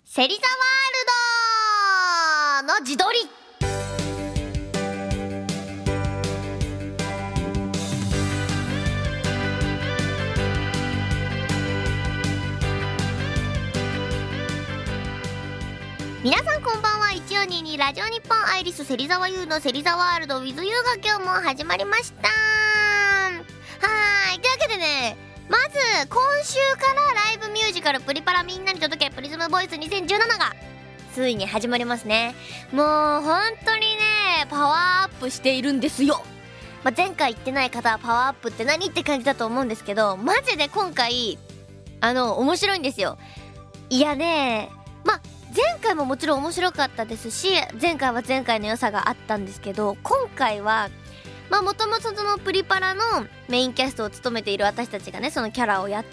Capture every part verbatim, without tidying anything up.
セリザワールドの自撮り。皆さんこんばんは。いちよんにーにラジオ日本アイリス芹沢優の芹沢ワールド with 優が今日も始まりました。はーい、というわけでね、まず今週からライブミュージカルプリパラみんなに届けプリズムボイスにせんじゅうなながついに始まりますね。もう本当にね、パワーアップしているんですよ。まあ、前回言ってない方はパワーアップって何って感じだと思うんですけど、マジで今回あの面白いんですよ。いやね、まあ前回ももちろん面白かったですし、前回は前回の良さがあったんですけど、今回はまあもともとそのプリパラのメインキャストを務めている私たちがね、そのキャラをやって、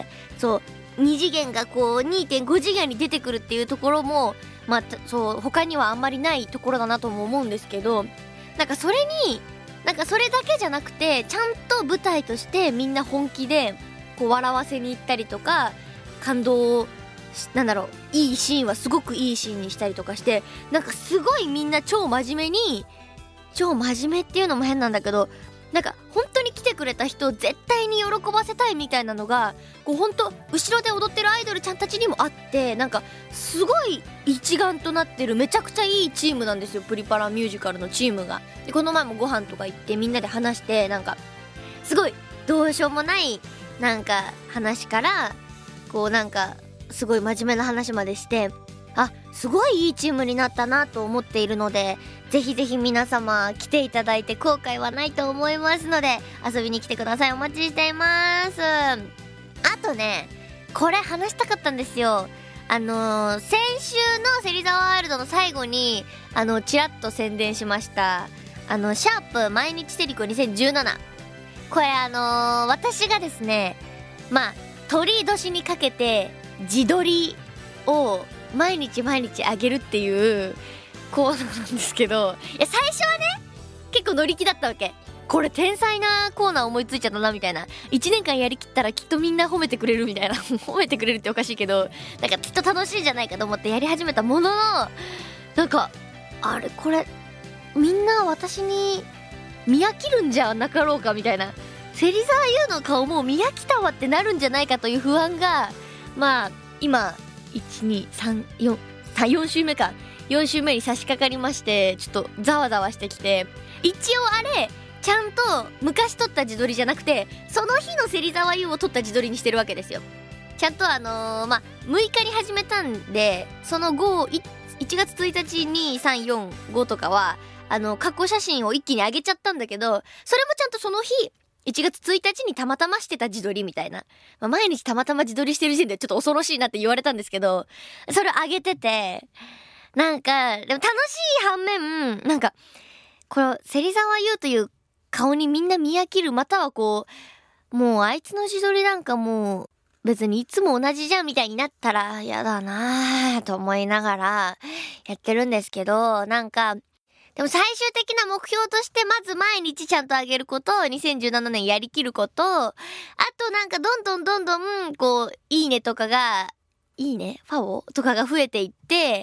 そうに次元がこう にてんご 次元に出てくるっていうところもまあそう他にはあんまりないところだなとも思うんですけど、なんかそれになんかそれだけじゃなくて、ちゃんと舞台としてみんな本気でこう笑わせに行ったりとか、感動をなんだろう、いいシーンはすごくいいシーンにしたりとかして、なんかすごいみんな超真面目に、超真面目っていうのも変なんだけど、なんか本当に来てくれた人を絶対に喜ばせたいみたいなのがこう本当後ろで踊ってるアイドルちゃんたちにもあって、なんかすごい一丸となってるめちゃくちゃいいチームなんですよ、プリパラミュージカルのチームが。でこの前もご飯とか行ってみんなで話して、なんかすごいどうしようもないなんか話から、こうなんかすごい真面目な話までして、あ、すごいいいチームになったなと思っているので、ぜひぜひ皆様来ていただいて後悔はないと思いますので、遊びに来てください。お待ちしています。あとね、これ話したかったんですよ。あのー、先週の芹沢ワールドの最後にあのチラッと宣伝しましたあのシャープ毎日セリコにせんじゅうなな、これあのー、私がですね、まあ鳥年にかけて自撮りを毎日毎日あげるっていうコーナーなんですけど、いや最初はね結構乗り気だったわけ。これ天才なコーナー思いついちゃったなみたいな、いちねんかんやりきったらきっとみんな褒めてくれるみたいな褒めてくれるっておかしいけど、なんかきっと楽しいじゃないかと思ってやり始めたものの、なんかあれこれみんな私に見飽きるんじゃなかろうかみたいな、芹沢優の顔もう見飽きたわってなるんじゃないかという不安が、まあ今いちにさんよんよん週目かよん週目に差し掛かりまして、ちょっとざわざわしてきて、一応あれちゃんと昔撮った自撮りじゃなくて、その日の芹沢優を撮った自撮りにしてるわけですよ。ちゃんとあのー、まあむいかに始めたんで、その後いちがつついたちにさんよんごとかはあの過去写真を一気に上げちゃったんだけど、それもちゃんとその日いちがつついたちにたまたましてた自撮りみたいな、まあ、毎日たまたま自撮りしてる時点でちょっと恐ろしいなって言われたんですけど、それ上げてて、なんかでも楽しい反面、なんかこの芹沢優という顔にみんな見飽きる、またはこうもうあいつの自撮りなんかもう別にいつも同じじゃんみたいになったらやだなぁと思いながらやってるんですけど、なんかでも最終的な目標としてまず毎日ちゃんと上げること、にせんじゅうななねんやりきること、あとなんかどんどんどんどんこういいねとかがいいねファオとかが増えていって、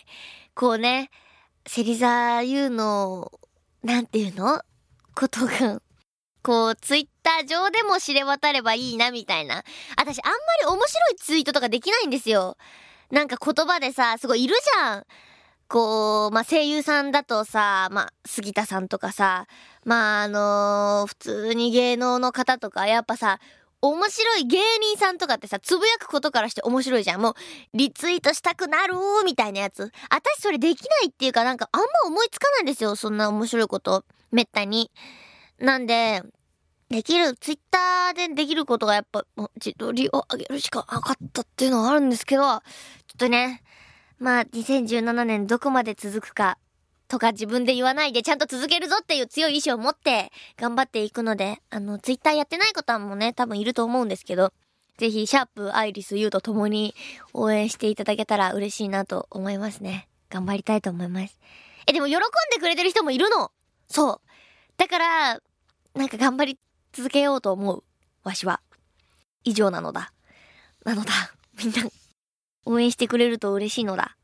こうね芹沢優のなんていうのことがこうツイッター上でも知れ渡ればいいなみたいな。私あんまり面白いツイートとかできないんですよ。なんか言葉でさすごいいるじゃん、こう、まあ、声優さんだとさ、まあ、杉田さんとかさ、まあ、あのー、普通に芸能の方とか、やっぱさ、面白い芸人さんとかってさ、つぶやくことからして面白いじゃん。もう、リツイートしたくなるみたいなやつ。私それできないっていうか、なんかあんま思いつかないんですよ。そんな面白いこと。めったに。なんで、できる、ツイッターでできることがやっぱ、自撮りを上げるしかなかったっていうのはあるんですけど、ちょっとね、まあにせんじゅうななねんどこまで続くかとか自分で言わないでちゃんと続けるぞっていう強い意志を持って頑張っていくので、あのツイッターやってない方もね多分いると思うんですけど、ぜひシャープアイリスユーと共に応援していただけたら嬉しいなと思いますね。頑張りたいと思います。えでも喜んでくれてる人もいるの。そうだからなんか頑張り続けようと思うわしは以上なのだなのだみんな応援してくれると嬉しいのだ。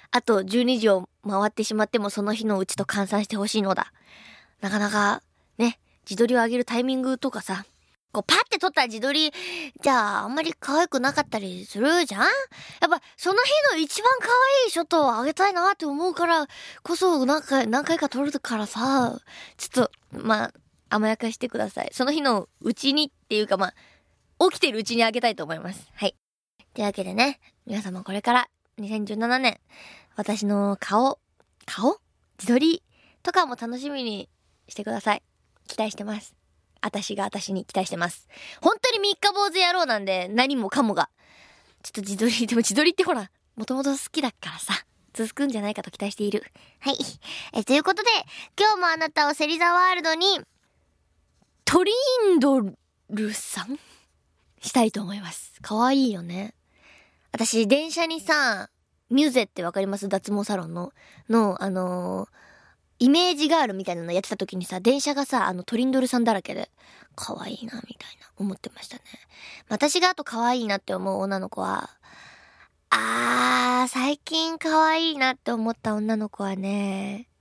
あとじゅうにじを回ってしまってもその日のうちと換算してほしいのだ。なかなか、ね、自撮りを上げるタイミングとかさ、こうパッて撮った自撮り、じゃああんまり可愛くなかったりするじゃん？やっぱその日の一番可愛いショットを上げたいなって思うからこそ何回、何回か撮るからさ、ちょっと、まあ、甘やかしてください。その日のうちにっていうかまあ、起きてるうちに上げたいと思います。はい。というわけでね、皆様これからにせんじゅうななねん、私の顔、顔？自撮りとかも楽しみにしてください。期待してます。私が私に期待してます。本当に三日坊主野郎なんで、何もかもが。ちょっと自撮り、でも自撮りってほら、もともと好きだからさ、続くんじゃないかと期待している。はい。え、ということで、今日もあなたをセリザワールドに、トリンドルさんしたいと思います。かわいいよね。私、電車にさ、ミューゼってわかります？脱毛サロンの、の、あのー、イメージガールみたいなのやってた時にさ、電車がさ、あのトリンドルさんだらけで、可愛いな、みたいな、思ってましたね。私があと可愛いなって思う女の子は、あー、最近可愛いなって思った女の子はね、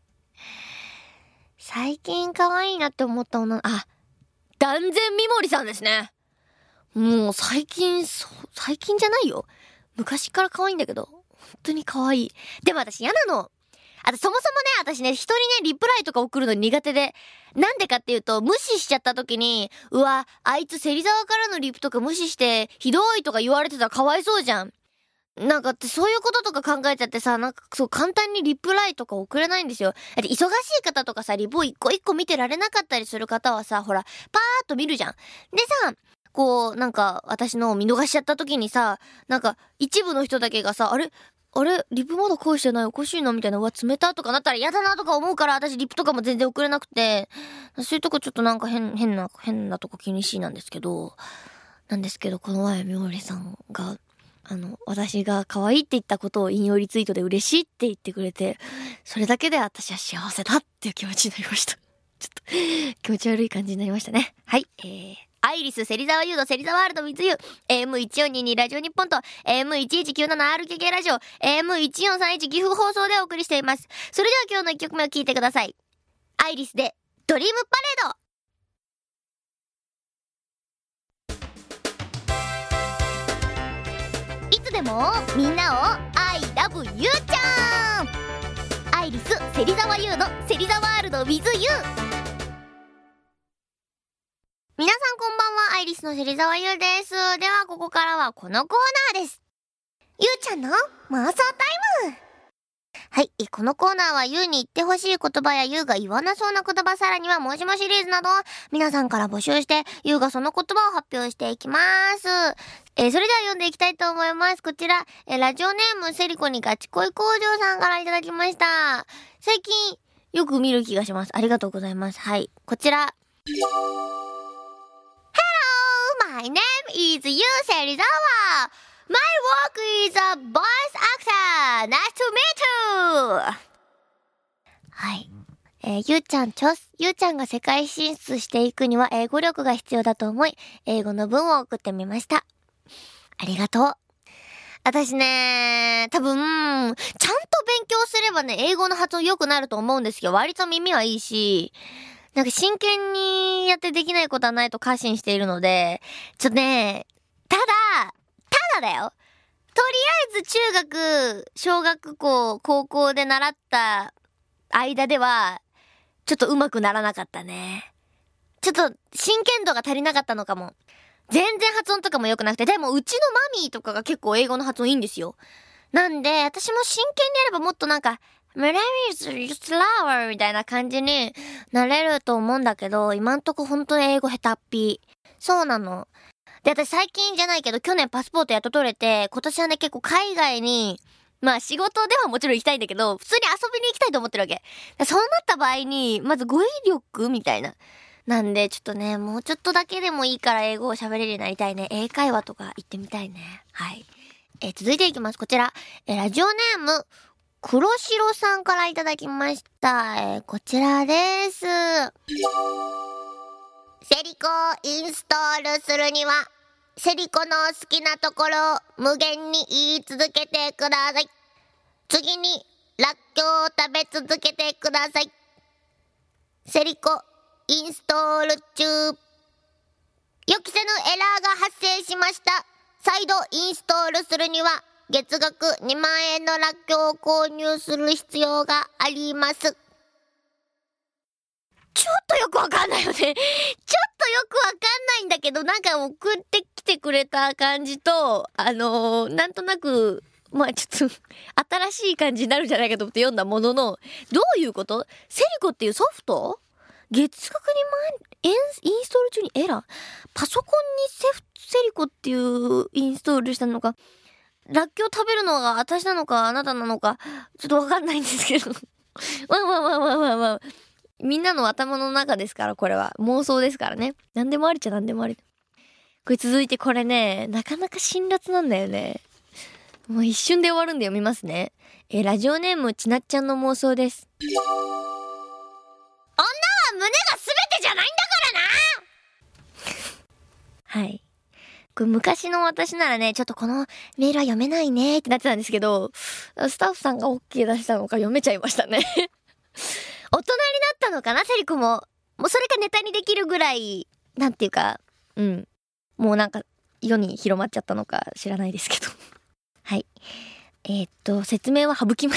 最近可愛いなって思った女の子、あ、断然三森さんですね。もう最近、そう、最近じゃないよ。昔から可愛いんだけど、本当に可愛い。でも私嫌なの。あとそもそもね、私ね、人にね、リプライとか送るの苦手で、なんでかっていうと、無視しちゃった時に、うわ、あいつ芹沢からのリプとか無視して、ひどいとか言われてたらかわいそうじゃん。なんか、そういうこととか考えちゃってさ、なんかそう簡単にリプライとか送れないんですよ。だって忙しい方とかさ、リプを一個一個見てられなかったりする方はさ、ほら、パーっと見るじゃん。でさ、こう、なんか、私のを見逃しちゃった時にさ、なんか、一部の人だけがさ、あれあれリプまだ返してないおかしいなみたいな、うわ、冷たとかなったら嫌だなとか思うから、私リプとかも全然送れなくて、そういうとこちょっとなんか変、変な、変なとこ気にしいなんですけど、なんですけど、この前、みおりさんが、あの、私が可愛いって言ったことを引用リツイートで嬉しいって言ってくれて、それだけで私は幸せだっていう気持ちになりました。ちょっと、気持ち悪い感じになりましたね。はい、えー、アイリス、芹沢優の芹沢ワールド with you、エーエムいちよんにーに ラジオ日本と エーエムいちいちきゅうななアールケーケー ラジオ、エーエムいちよんさんいち 岐阜放送でお送りしています。それでは今日のいっきょくめを聴いてください。アイリスでドリームパレード。いつでもみんなを I love you ちゃん。アイリス、芹沢優の芹沢ワールド with you。皆さんこんばんは、アイリスの芹沢優です。ではここからはこのコーナーです。ゆうちゃんの妄想タイム。はい、このコーナーはゆうに言ってほしい言葉やゆうが言わなそうな言葉、さらにはもしもシリーズなどを皆さんから募集して、ゆうがその言葉を発表していきます。えー、それでは読んでいきたいと思います。こちら、えー、ラジオネームセリコにガチ恋工場さんからいただきました。最近よく見る気がします。ありがとうございます。はい、こちら。My name is Yu Serizawa. My work is a voice actor. Nice to meet you. はい。えー、ゆうちゃんチョス。ゆうちゃんが世界進出していくには英語力が必要だと思い、英語の文を送ってみました。ありがとう。私ね、多分、ちゃんと勉強すればね、英語の発音良くなると思うんですよ。割と耳はいいし、なんか真剣にやってできないことはないと過信しているので、ちょっとね、ただ、ただだよ。とりあえず中学、小学校、高校で習った間では、ちょっと上手くならなかったね。ちょっと真剣度が足りなかったのかも。全然発音とかも良くなくて、でもうちのマミーとかが結構英語の発音いいんですよ。なんで、私も真剣にやればもっとなんか、My name is Flower みたいな感じになれると思うんだけど、今んとこほんと英語下手っぴ。そうなの。で、私最近じゃないけど、去年パスポートやっと取れて、今年はね結構海外に、まあ仕事ではもちろん行きたいんだけど、普通に遊びに行きたいと思ってるわけ。そうなった場合に、まず語彙力みたいな。なんで、ちょっとね、もうちょっとだけでもいいから英語を喋れるようになりたいね。英会話とか行ってみたいね。はい。えー、続いていきます。こちら。えー、ラジオネーム、黒白さんからいただきました。えー、こちらです。セリコをインストールするには、セリコの好きなところを無限に言い続けてください。 次にらっきょうを食べ続けてください。セリコインストール中。予期せぬエラーが発生しました。再度インストールするには月額にまんえんのらっきょうを購入する必要があります。ちょっとよくわかんないよね。ちょっとよくわかんないんだけど、なんか送ってきてくれた感じと、あのー、なんとなく、まあちょっと、新しい感じになるんじゃないかと思って読んだものの、どういうこと？セリコっていうソフト？月額にまんえんインストール中にエラー？パソコンにセフ、セリコっていうインストールしたのか、らっきょう食べるのが私なのかあなたなのか、ちょっとわかんないんですけど。わんわんわんわんわんわん。みんなの頭の中ですから、これは。妄想ですからね。なんでもありっちゃなんでもあり。これ続いてこれね、なかなか辛辣なんだよね。もう一瞬で終わるんで読みますね。えー、ラジオネームちなっちゃんの妄想です。女は胸が全てじゃないんだからな。はい。これ昔の私ならね、ちょっとこのメールは読めないねってなってたんですけど、スタッフさんが OK 出したのか読めちゃいましたね。大人になったのかな、セリコも。もうそれがネタにできるぐらい、なんていうか、うん。もうなんか、世に広まっちゃったのか知らないですけど。はい。えー、っと、説明は省きます。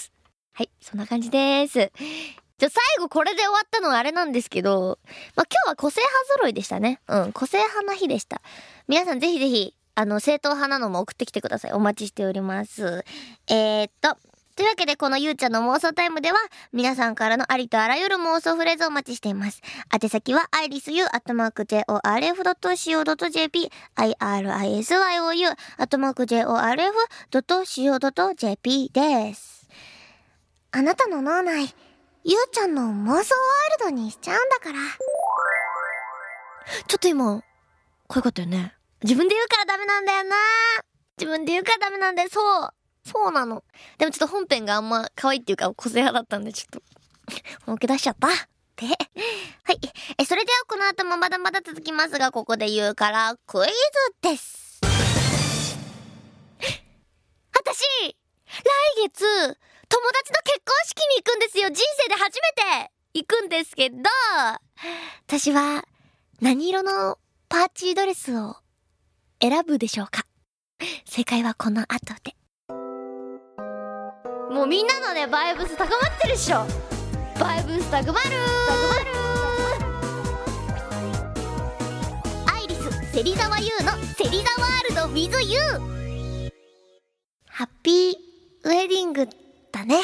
はい、そんな感じです。じゃ、最後これで終わったのはあれなんですけど、まあ、今日は個性派揃いでしたね。うん、個性派な日でした。皆さんぜひぜひ、あの、正統派なのも送ってきてください。お待ちしております。えー、っと、というわけでこのゆうちゃんの妄想タイムでは皆さんからのありとあらゆる妄想フレーズをお待ちしています。宛先は アイリスユー アットマーク ジェイオーアールエフ ドット シーオー ドット ジェーピー アイアールアイエスワイオーユー アットマーク ジェイオーアールエフ ドット シーオー ドット ジェーピー です。あなたの脳内、ゆうちゃんの妄想ワールドにしちゃうんだから。ちょっと今、こういうことよね。自分で言うからダメなんだよな。自分で言うからダメなんだよ。そう。そうなの。でもちょっと本編があんま可愛いっていうか個性派だったんでちょっと本気出しちゃったで、はい。え、それではこの後もまだまだ続きますが、ここで言うからクイズです。私、来月、友達の結婚式に行くんですよ。人生で初めて行くんですけど、私は何色のパーチードレスを選ぶでしょうか？正解はこの後で。もうみんなのねバイブス高まってるっしょ。バイブス高まるアイリス芹沢優の芹沢ワールド with you。 ハッピーウェディングだね。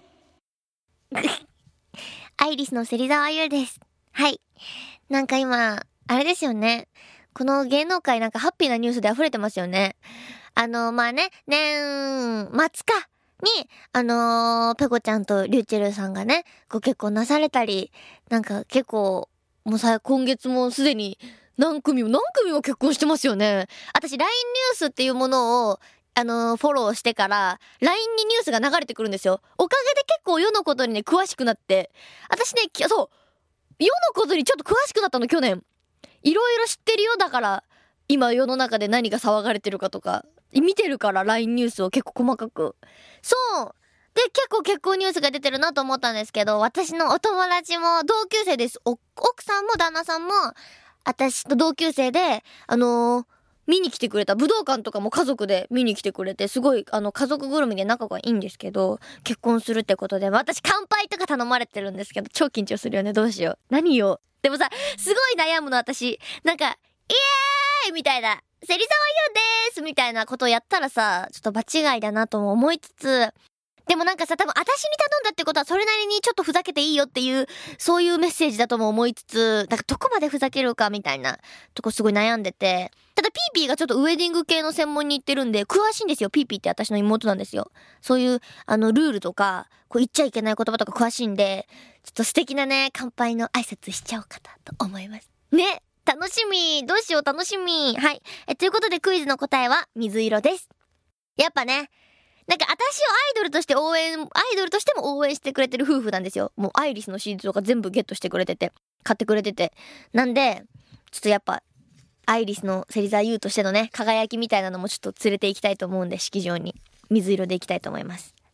アイリスの芹沢優です。はい。なんか今あれですよね、この芸能界なんかハッピーなニュースで溢れてますよね。あのまあね、年末かに、あのー、ペコちゃんとリューチェルさんがね、ご結婚なされたり、なんか結構、もうさ、今月もすでに何組も何組も結婚してますよね。私、ライン ニュースっていうものを、あのー、フォローしてから、ライン にニュースが流れてくるんですよ。おかげで結構世のことにね、詳しくなって。私ね、そう、世のことにちょっと詳しくなったの、去年。いろいろ知ってるよ、だから、今世の中で何が騒がれてるかとか。見てるから ライン ニュースを結構細かく。そうで結構結婚ニュースが出てるなと思ったんですけど、私のお友達も同級生です。お奥さんも旦那さんも私と同級生で、あのー、見に来てくれた。武道館とかも家族で見に来てくれて、すごいあの家族ぐるみで仲がいいんですけど、結婚するってことで私乾杯とか頼まれてるんですけど、超緊張するよね。どうしよう、何よ。でもさ、すごい悩むの。私なんかイエーイみたいな、芹沢優ですみたいなことをやったらさ、ちょっと場違いだなとも思いつつ、でもなんかさ、多分私に頼んだってことはそれなりにちょっとふざけていいよっていう、そういうメッセージだとも思いつつ、だからどこまでふざけるかみたいなとこすごい悩んでて、ただピーピーがちょっとウェディング系の専門に行ってるんで詳しいんですよ。ピーピーって私の妹なんですよ。そういうあのルールとか、こう言っちゃいけない言葉とか詳しいんで、ちょっと素敵なね乾杯の挨拶しちゃおうかなと思いますね。楽しみ。どうしよう、楽しみ。はい。え、ということでクイズの答えは水色です。やっぱね、なんか私をアイドルとして応援、アイドルとしても応援してくれてる夫婦なんですよ。もうアイリスのシーズとか全部ゲットしてくれてて、買ってくれてて。なんで、ちょっとやっぱ、アイリスの芹沢優としてのね、輝きみたいなのもちょっと連れて行きたいと思うんで、式場に。水色で行きたいと思います。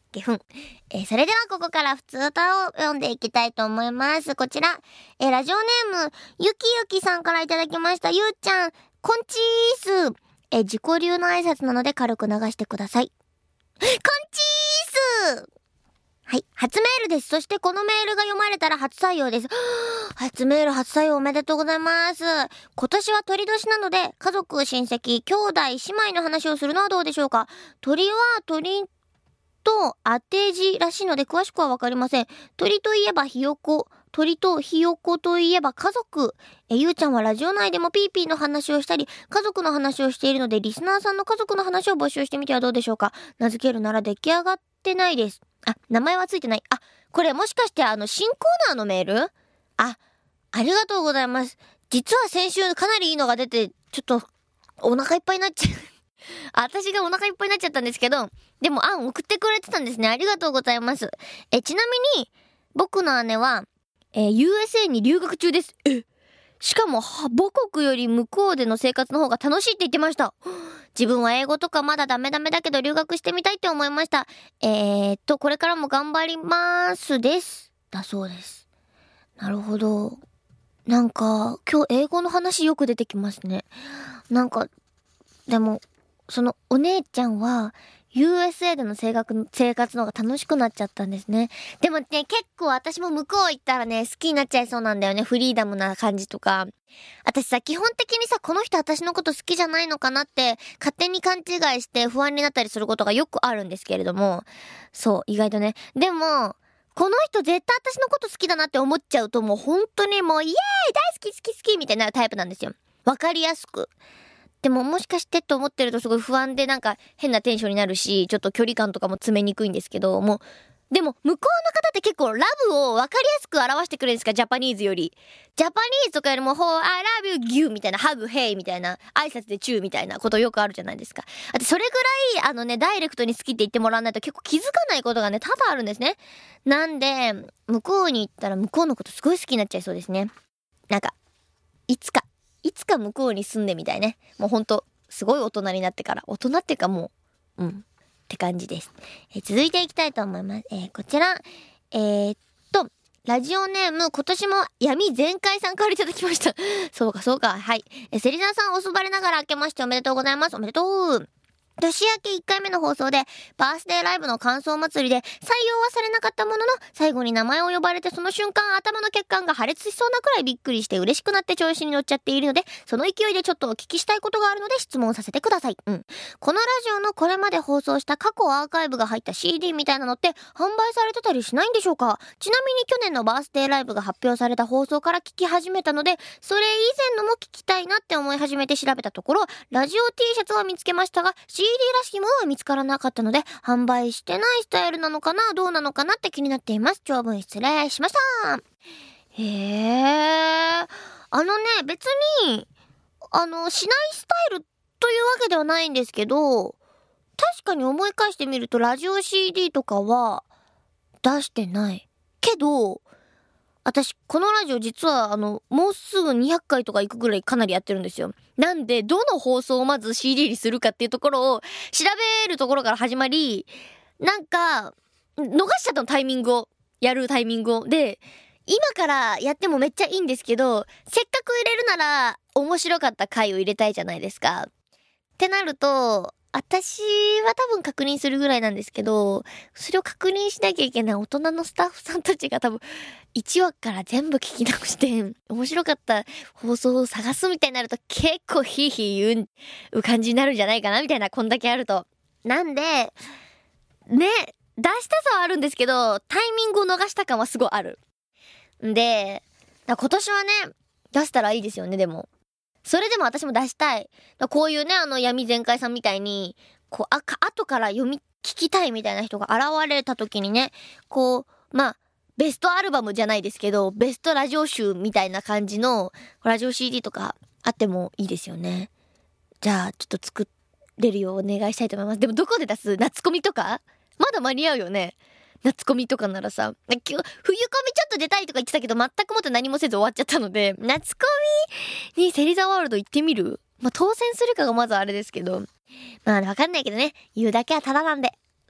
ゲフン。えー、それではここから普通歌を読んでいきたいと思います。こちら、えー、ラジオネーム、ゆきゆきさんからいただきました。ゆうちゃん、こんちーす。えー、自己流の挨拶なので軽く流してください。こんちーす。はい。初メールです。そしてこのメールが読まれたら初採用です。初メール初採用おめでとうございます。今年は鳥年なので、家族、親戚、兄弟、姉妹の話をするのはどうでしょうか。鳥は鳥と当て字らしいので詳しくはわかりません。鳥といえばひよこ。鳥とひよこといえば家族。え、ゆうちゃんはラジオ内でもピーピーの話をしたり、家族の話をしているので、リスナーさんの家族の話を募集してみてはどうでしょうか。名付けるなら出来上がってないです。あ、名前はついてない。あ、これもしかしてあの新コーナーのメール？あ、ありがとうございます。実は先週かなりいいのが出て、ちょっとお腹いっぱいになっちゃう。私がお腹いっぱいになっちゃったんですけど、でも案送ってくれてたんですね。ありがとうございます。え、ちなみに、僕の姉は、えー、ユーエスエー に留学中です。え、しかも母国より向こうでの生活の方が楽しいって言ってました。自分は英語とかまだダメダメだけど留学してみたいって思いました。えーっと、これからも頑張りますです。だそうです。なるほど。なんか、今日英語の話よく出てきますね。なんか、でも、そのお姉ちゃんは、ユーエスエー での生活、生活の方が楽しくなっちゃったんですね。でもね、結構私も向こう行ったらね、好きになっちゃいそうなんだよね。フリーダムな感じとか。私さ、基本的にさ、この人私のこと好きじゃないのかなって、勝手に勘違いして不安になったりすることがよくあるんですけれども。そう、意外とね。でも、この人絶対私のこと好きだなって思っちゃうともう本当にもうイエーイ大好き好き好きみたいなタイプなんですよ。わかりやすく。でももしかしてと思ってるとすごい不安でなんか変なテンションになるし、ちょっと距離感とかも詰めにくいんですけど、もう、でも向こうの方って結構ラブを分かりやすく表してくれるんですか、ジャパニーズより。ジャパニーズとかよりも、ほう、I love you, ギュみたいな、ハグ、ヘイみたいな、挨拶でチューみたいなことよくあるじゃないですか。あとそれぐらい、あのね、ダイレクトに好きって言ってもらわないと結構気づかないことがね、多々あるんですね。なんで、向こうに行ったら向こうのことすごい好きになっちゃいそうですね。なんか、いつか。いつか向こうに住んでみたいね。もうほんと、すごい大人になってから。大人っていうかもう、うん。って感じです。えー、続いていきたいと思います。えー、こちら。えー、っと、ラジオネーム、今年も闇全開さんからいただきました。そうか、そうか。はい。えー、セリナさん、おそばれながら明けましておめでとうございます。おめでとう。年明けいっかいめの放送でバースデーライブの感想祭りで採用はされなかったものの、最後に名前を呼ばれてその瞬間頭の血管が破裂しそうなくらいびっくりして嬉しくなって調子に乗っちゃっているので、その勢いでちょっとお聞きしたいことがあるので質問させてください。うん。このラジオのこれまで放送した過去アーカイブが入った シーディー みたいなのって販売されてたりしないんでしょうか。ちなみに去年のバースデーライブが発表された放送から聞き始めたので、それ以前のも聞きたいなって思い始めて調べたところ、ラジオ T シャツは見つけましたが シーディー らしきものは見つからなかったので、販売してないスタイルなのかな、どうなのかなって気になっています。長文失礼しました。へー。あのね、別に、あの、しないスタイルというわけではないんですけど、確かに思い返してみると、ラジオ シーディー とかは出してない。けど、私、このラジオ実は、あの、もうすぐにひゃっかいとか行くぐらいかなりやってるんですよ。なんで、どの放送をまず シーディー にするかっていうところを調べるところから始まり、なんか、逃しちゃったの、タイミングを。やるタイミングを。で、今からやってもめっちゃいいんですけど、せっかく入れるなら、面白かった回を入れたいじゃないですか。ってなると、私は多分確認するぐらいなんですけど、それを確認しなきゃいけない大人のスタッフさんたちが多分いちわから全部聞き直して面白かった放送を探すみたいになると結構ヒーヒー言う感じになるんじゃないかなみたいな、こんだけあると。なんで、ね、出したさはあるんですけど、タイミングを逃した感はすごいある。んで、今年はね、出したらいいですよね、でも。それでも私も出したい。こういうね、あの闇全開さんみたいに、こう、あ、後から読み、聞きたいみたいな人が現れた時にね、こう、まあ、ベストアルバムじゃないですけど、ベストラジオ集みたいな感じの、ラジオ シーディー とかあってもいいですよね。じゃあ、ちょっと作れるようお願いしたいと思います。でもどこで出す？夏コミとか？まだ間に合うよね。夏コミとかならさ、今日冬コミちょっと出たいとか言ってたけど全くもって何もせず終わっちゃったので、夏コミにセリザワールド行ってみる？まあ、当選するかがまずあれですけど、まあわかんないけどね、言うだけはただなんで、そう、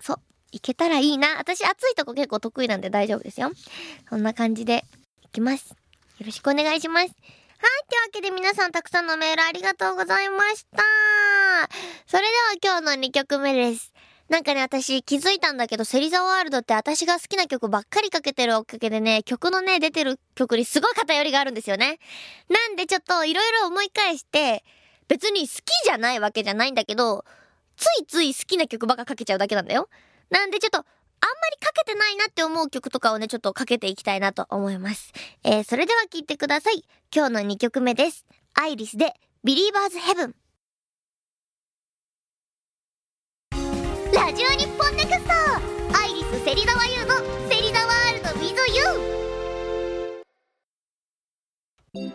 いけたらいいな。私暑いとこ結構得意なんで大丈夫ですよ。そんな感じでいきます。よろしくお願いします。はい、というわけで皆さんたくさんのメールありがとうございました。それでは今日のにきょくめです。なんかね、私気づいたんだけど、芹沢ワールドって私が好きな曲ばっかりかけてるおかげでね、曲のね、出てる曲にすごい偏りがあるんですよね。なんでちょっといろいろ思い返して、別に好きじゃないわけじゃないんだけど、ついつい好きな曲ばっかかけちゃうだけなんだよ。なんでちょっと、あんまりかけてないなって思う曲とかをね、ちょっとかけていきたいなと思います。えー、それでは聴いてください。今日のにきょくめです。アイリスで、ビリーバーズヘブン。ラジオ日本ネクスト、アイリス芹沢優の芹沢ワールド with you。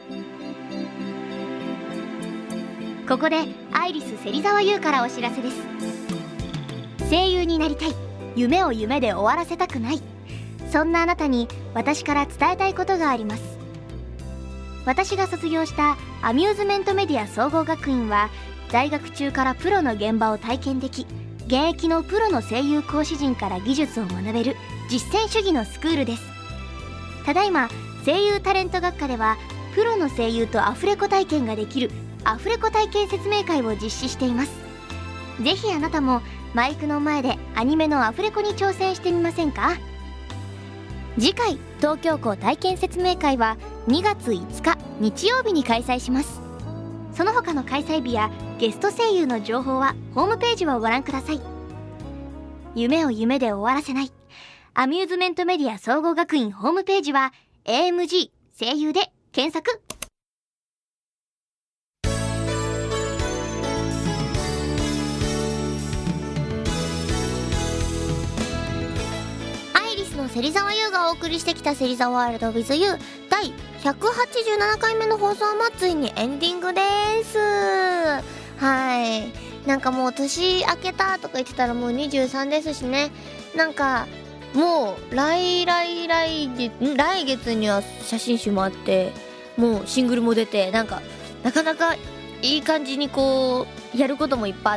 ここでアイリス芹沢優からお知らせです。声優になりたい、夢を夢で終わらせたくない、そんなあなたに私から伝えたいことがあります。私が卒業したアミューズメントメディア総合学院は、在学中からプロの現場を体験でき、現役のプロの声優講師陣から技術を学べる実践主義のスクールです。ただいま声優タレント学科では、プロの声優とアフレコ体験ができるアフレコ体験説明会を実施しています。ぜひあなたもマイクの前でアニメのアフレコに挑戦してみませんか？次回東京校体験説明会はにがついつか日曜日に開催します。その他の開催日やゲスト声優の情報はホームページをご覧ください。夢を夢で終わらせない、アミューズメントメディア総合学院ホームページは エーエムジー 声優で検索。アイリスの芹沢優がお送りしてきた芹沢ワールド with you 第ひゃくはちじゅうななかいめの放送もついにエンディングです。はい、なんかもう年明けたとか言ってたらもうにじゅうさんですしね。なんかもう来来来月来月には写真集もあって、もうシングルも出て、なんかなかなかいい感じにこうやることもいっぱいあって、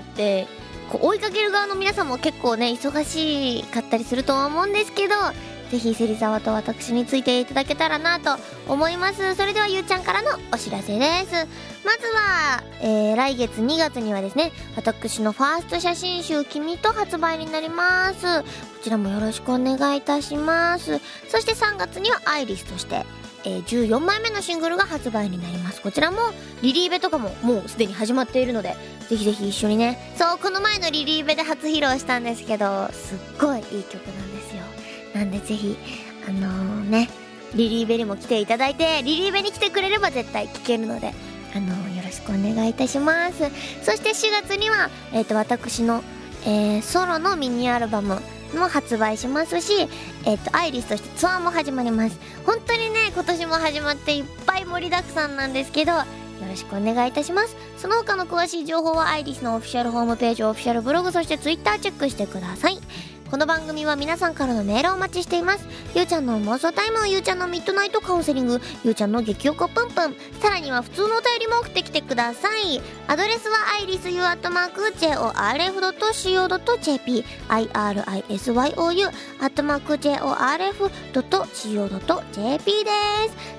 こう追いかける側の皆さんも結構ね忙しかったりするとは思うんですけど、ぜひ芹沢と私についていただけたらなと思います。それではゆうちゃんからのお知らせです。まずは、えー、来月にがつにはですね、私のファースト写真集君と発売になります。こちらもよろしくお願いいたします。そしてさんがつにはアイリスとして、えー、じゅうよんまいめのシングルが発売になります。こちらもリリーベとかももうすでに始まっているので、ぜひぜひ一緒にね。そう、この前のリリーベで初披露したんですけど、すっごいいい曲なんですよ。なんでぜひあのー、ねリリーベにも来ていただいて、リリーベに来てくれれば絶対聴けるので、あのー、よろしくお願いいたします。そしてしがつには、えー、と私の、えー、ソロのミニアルバムも発売しますし、えー、とアイリスとしてツアーも始まります。本当にね今年も始まっていっぱい盛りだくさんなんですけど、よろしくお願いいたします。その他の詳しい情報はアイリスのオフィシャルホームページ、オフィシャルブログ、そしてツイッターチェックしてください。この番組は皆さんからのメールをお待ちしています。ゆうちゃんの妄想タイム、ゆうちゃんのミッドナイトカウンセリング、ゆうちゃんの激おこぷんぷん、さらには普通のお便りも送ってきてください。アドレスは アイリスユー アットマーク ジェイオーアールエフ ドット シーオー ドット ジェーピー アイアールアイエスワイオーユー アットマーク ジェイオーアールエフ ドット シーオー ドット ジェーピー です。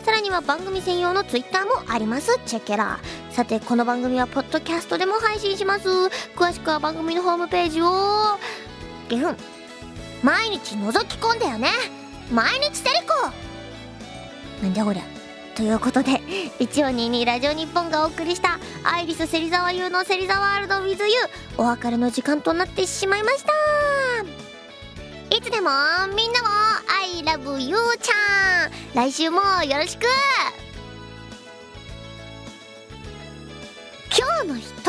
さらには番組専用のツイッターもあります。チェケラー。さてこの番組はポッドキャストでも配信します。詳しくは番組のホームページをゲフン毎日覗き込んだよね。毎日セリコなんじゃこりゃ。ということでいちよんにーにーラジオ日本がお送りしたアイリス芹沢優の芹沢ワールド with you、 お別れの時間となってしまいました。いつでもみんなを I love you ちゃん、来週もよろしく。今日の一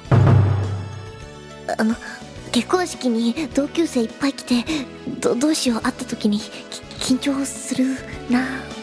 言、あの結婚式に同級生いっぱい来て、ど, どうしよう会った時に緊張するな。